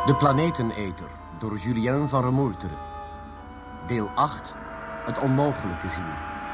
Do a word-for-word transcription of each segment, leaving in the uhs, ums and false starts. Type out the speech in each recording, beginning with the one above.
De Planeteneter, door Julien van Remoeteren. Deel acht, het onmogelijke zien.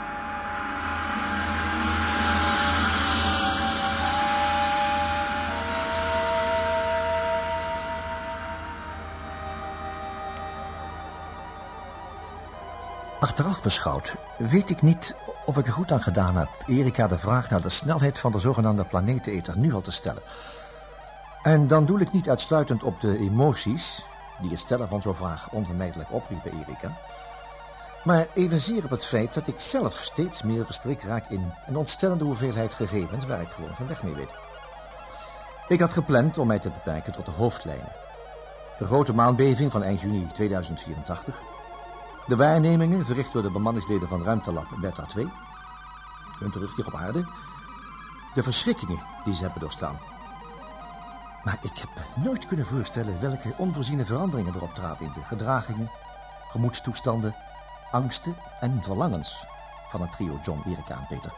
Achteraf beschouwd weet ik niet of ik er goed aan gedaan heb Erika de vraag naar de snelheid van de zogenaamde planeteneter nu al te stellen. En dan doe ik niet uitsluitend op de emoties die het stellen van zo'n vraag onvermijdelijk opriep bij Erika, maar evenzeer op het feit dat ik zelf steeds meer verstrikt raak in een ontstellende hoeveelheid gegevens waar ik gewoon geen weg mee weet. Ik had gepland om mij te beperken tot de hoofdlijnen. De grote maanbeving van eind juni tweeduizend vierentachtig. De waarnemingen verricht door de bemanningsleden van ruimtelab Beta twee. Hun terugkeer op aarde. De verschrikkingen die ze hebben doorstaan. Maar ik heb me nooit kunnen voorstellen welke onvoorziene veranderingen erop traden in de gedragingen, gemoedstoestanden, angsten en verlangens van het trio John, Erika en Peter.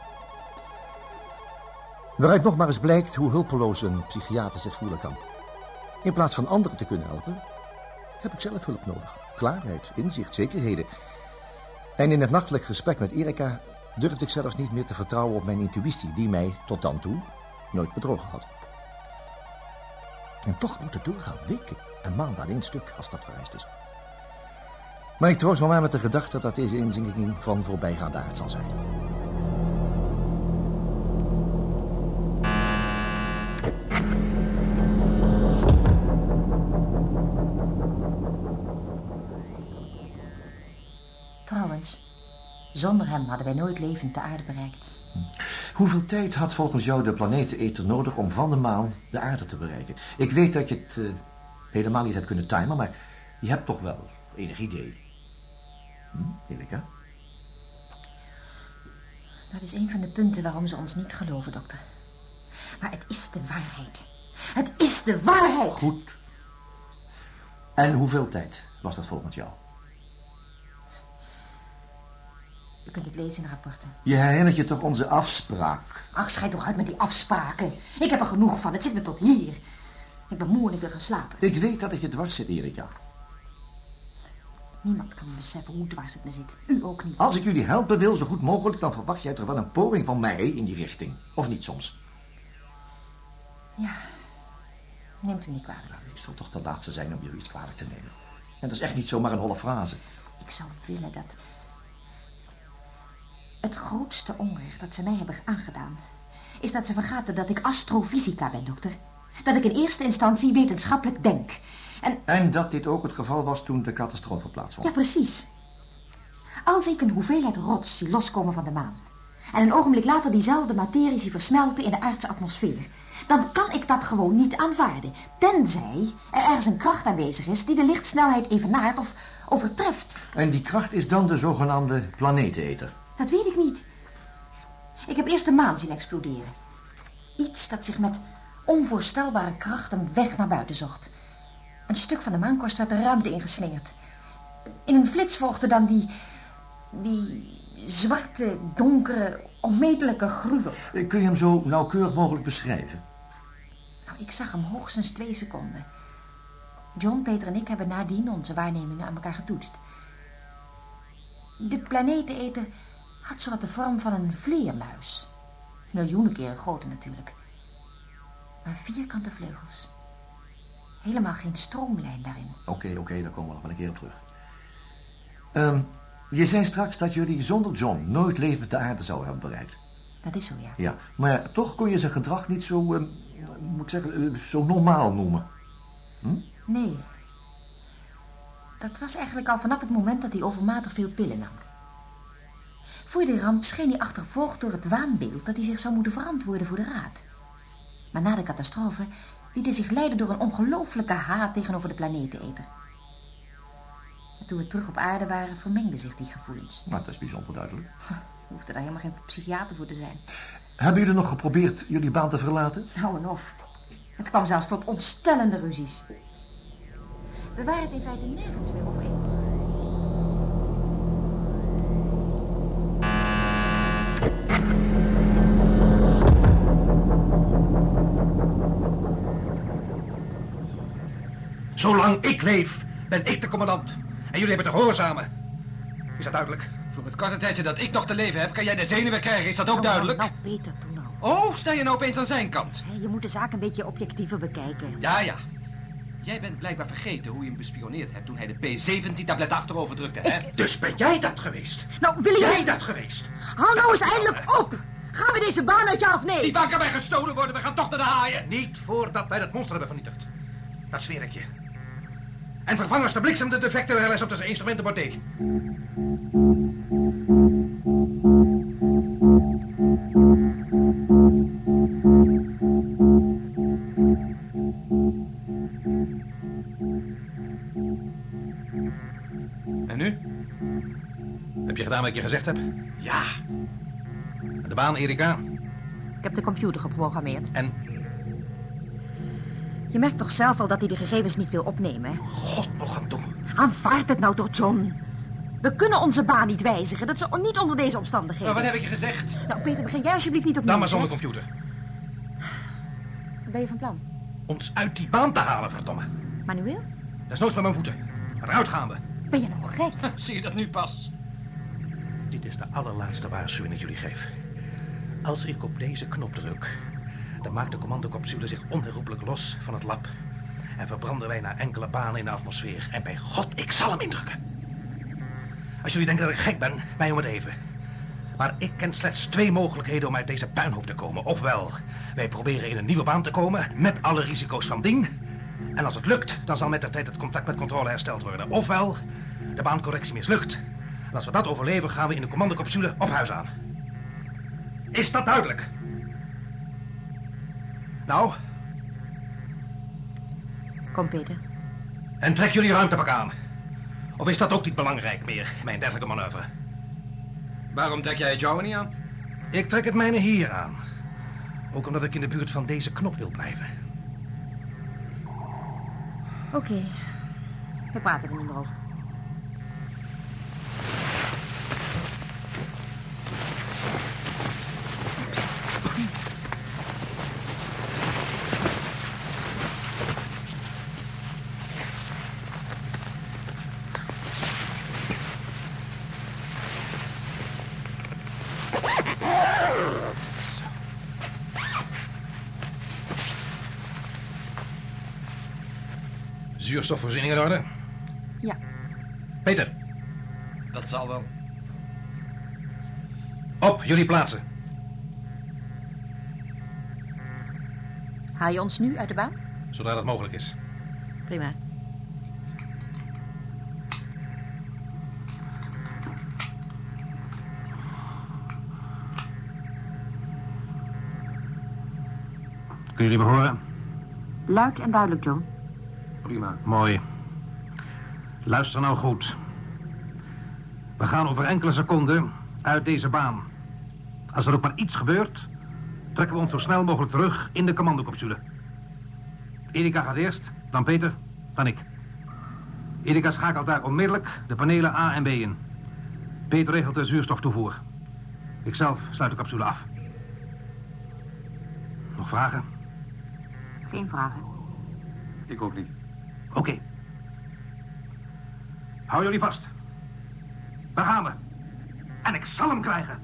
Waaruit nog maar eens blijkt hoe hulpeloos een psychiater zich voelen kan. In plaats van anderen te kunnen helpen, heb ik zelf hulp nodig. Klaarheid, inzicht, zekerheden. En in het nachtelijk gesprek met Erika durfde ik zelfs niet meer te vertrouwen op mijn intuïtie, die mij tot dan toe nooit bedrogen had. En toch moet het doorgaan, weken en maanden aan één stuk, als dat vereist is. Maar ik troost me maar met de gedachte dat deze inzinking van voorbijgaande aard zal zijn. Trouwens, zonder hem hadden wij nooit levend de aarde bereikt. Hm. Hoeveel tijd had volgens jou de planeteneter nodig om van de maan de aarde te bereiken? Ik weet dat je het uh, helemaal niet hebt kunnen timen, maar je hebt toch wel enig idee. Hm, Erika? Dat is een van de punten waarom ze ons niet geloven, dokter. Maar het is de waarheid. Het is de waarheid! Goed. En hoeveel tijd was dat volgens jou? U kunt het lezen in de rapporten. Je herinnert je toch onze afspraak? Ach, schijt toch uit met die afspraken. Ik heb er genoeg van. Het zit me tot hier. Ik ben moe en ik wil gaan slapen. Ik weet dat het je dwars zit, Erika. Niemand kan beseffen hoe dwars het me zit. U ook niet. Als ik jullie helpen wil, zo goed mogelijk, dan verwacht jij toch wel een poging van mij in die richting. Of niet soms? Ja, neemt u niet kwalijk. Nou, ik zal toch de laatste zijn om jullie iets kwalijk te nemen. En dat is echt niet zomaar een holle frase. Ik zou willen dat... Het grootste onrecht dat ze mij hebben aangedaan is dat ze vergaten dat ik astrofysica ben, dokter. Dat ik in eerste instantie wetenschappelijk denk. En... en dat dit ook het geval was toen de catastrofe plaatsvond. Ja, precies. Als ik een hoeveelheid rots zie loskomen van de maan en een ogenblik later diezelfde materie zie versmelten in de aardse atmosfeer, dan kan ik dat gewoon niet aanvaarden. Tenzij er ergens een kracht aanwezig is die de lichtsnelheid evenaart of overtreft. En die kracht is dan de zogenaamde planeteneter? Dat weet ik niet. Ik heb eerst de maan zien exploderen. Iets dat zich met onvoorstelbare kracht een weg naar buiten zocht. Een stuk van de maankorst werd de ruimte ingeslingerd. In een flits volgde dan die... die zwarte, donkere, onmetelijke gruwel. Kun je hem zo nauwkeurig mogelijk beschrijven? Nou, ik zag hem hoogstens twee seconden. John, Peter en ik hebben nadien onze waarnemingen aan elkaar getoetst. De planeteneter had zowat de vorm van een vleermuis. Miljoenen keren groter natuurlijk. Maar vierkante vleugels. Helemaal geen stroomlijn daarin. Oké, okay, oké, okay, daar komen we nog wel een keer op terug. Um, je zei straks dat jullie zonder John nooit levend de aarde zouden hebben bereikt. Dat is zo, ja. Ja, maar toch kon je zijn gedrag niet zo, uh, moet ik zeggen, uh, zo normaal noemen. Hm? Nee. Dat was eigenlijk al vanaf het moment dat hij overmatig veel pillen nam. Voor die ramp scheen hij achtervolgd door het waanbeeld dat hij zich zou moeten verantwoorden voor de raad. Maar na de catastrofe liet hij zich leiden door een ongelooflijke haat tegenover de planeteneter. En toen we terug op aarde waren, vermengden zich die gevoelens. Nou, dat is bijzonder duidelijk. Je hoeft er daar helemaal geen psychiater voor te zijn. Hebben jullie nog geprobeerd jullie baan te verlaten? Nou en of. Het kwam zelfs tot ontstellende ruzies. We waren het in feite nergens meer over eens. Zolang ik leef, ben ik de commandant. En jullie hebben te gehoorzamen. Is dat duidelijk? Voor het korte tijdje dat ik nog te leven heb, kan jij de zenuwen krijgen. Is dat ook Nou, duidelijk? Nou, nou, Peter, toen nou. Oh, sta je nou opeens aan zijn kant? Hé, je moet de zaak een beetje objectiever bekijken. Ja, ja. Jij bent blijkbaar vergeten hoe je hem bespioneerd hebt toen hij de P zeventien tabletten achterover drukte, hè? Ik- Dus ben jij dat geweest? Nou, willen Jij jullie... dat geweest? Hou nou eens eindelijk op! Gaan we deze baan uit, ja of nee? Die baan kan mij gestolen worden, we gaan toch naar de haaien. Niet voordat wij dat monster hebben vernietigd. Dat zweer ik je. En vervang als de bliksem de defecten relais op de instrumentenbord D. En nu? Heb je gedaan wat ik je gezegd heb? Ja. De baan, Erika. Ik heb de computer geprogrammeerd. En Je merkt toch zelf al dat hij de gegevens niet wil opnemen, hè? God nog aan toe. Aanvaard het nou toch, John. We kunnen onze baan niet wijzigen. Dat is niet onder deze omstandigheden. Maar wat heb ik je gezegd? Nou, Peter, begin jij alsjeblieft niet opnieuw, Dan maar zonder zeg. computer. Wat ben je van plan? Ons uit die baan te halen, verdomme. Manueel? Desnoods met mijn voeten. Maar eruit gaan we. Ben je nou gek? Zie je dat nu pas? Dit is de allerlaatste waarschuwing die ik jullie geef. Als ik op deze knop druk, dan maakt de commandocapsule zich onherroepelijk los van het lab. En verbranden wij naar enkele banen in de atmosfeer. En bij God, ik zal hem indrukken. Als jullie denken dat ik gek ben, mij om het even. Maar ik ken slechts twee mogelijkheden om uit deze puinhoop te komen. Ofwel, wij proberen in een nieuwe baan te komen, met alle risico's van dien. En als het lukt, dan zal met de tijd het contact met controle hersteld worden. Ofwel, de baancorrectie mislukt. En als we dat overleven, gaan we in de commandocapsule op huis aan. Is dat duidelijk? Nou, Kom, Peter. en trek jullie ruimtepak aan. Of is dat ook niet belangrijk meer, mijn dergelijke manoeuvre? Waarom trek jij het jouwe niet aan? Ik trek het mijne hier aan. Ook omdat ik in de buurt van deze knop wil blijven. Oké. We praten er niet meer over. Zuurstofvoorziening in orde? Ja. Peter, Dat zal wel. op jullie plaatsen. Haal je ons nu uit de baan? Zodra dat mogelijk is. Prima. Kunnen jullie me horen? Luid en duidelijk, John. Prima. Mooi. Luister nou goed. We gaan over enkele seconden uit deze baan. Als er ook maar iets gebeurt, trekken we ons zo snel mogelijk terug in de commandocapsule. Erika gaat eerst, dan Peter, dan ik. Erika schakelt daar onmiddellijk de panelen A en B in. Peter regelt de zuurstoftoevoer. Ikzelf sluit de capsule af. Nog vragen? Geen vragen. Ik ook niet. Oké. Okay. Hou jullie vast. Daar gaan we. En ik zal hem krijgen.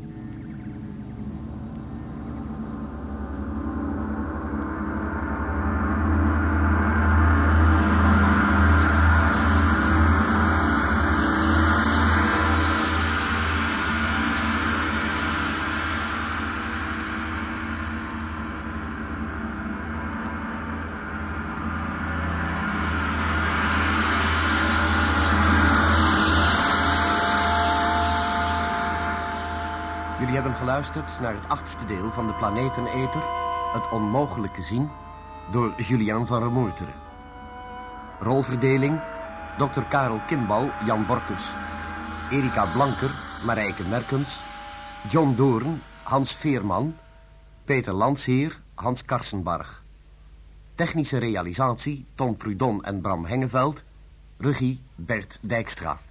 Jullie hebben geluisterd naar het achtste deel van de Planeteneter, Het Onmogelijke Zien, door Julien van Remoerteren. Rolverdeling: dokter Karel Kimbal, Jan Borkus. Erika Blanker, Marijke Merkens. John Doorn, Hans Veerman. Peter Landsheer, Hans Karsenbarg. Technische realisatie: Ton Prudon en Bram Hengeveld. Regie: Bert Dijkstra.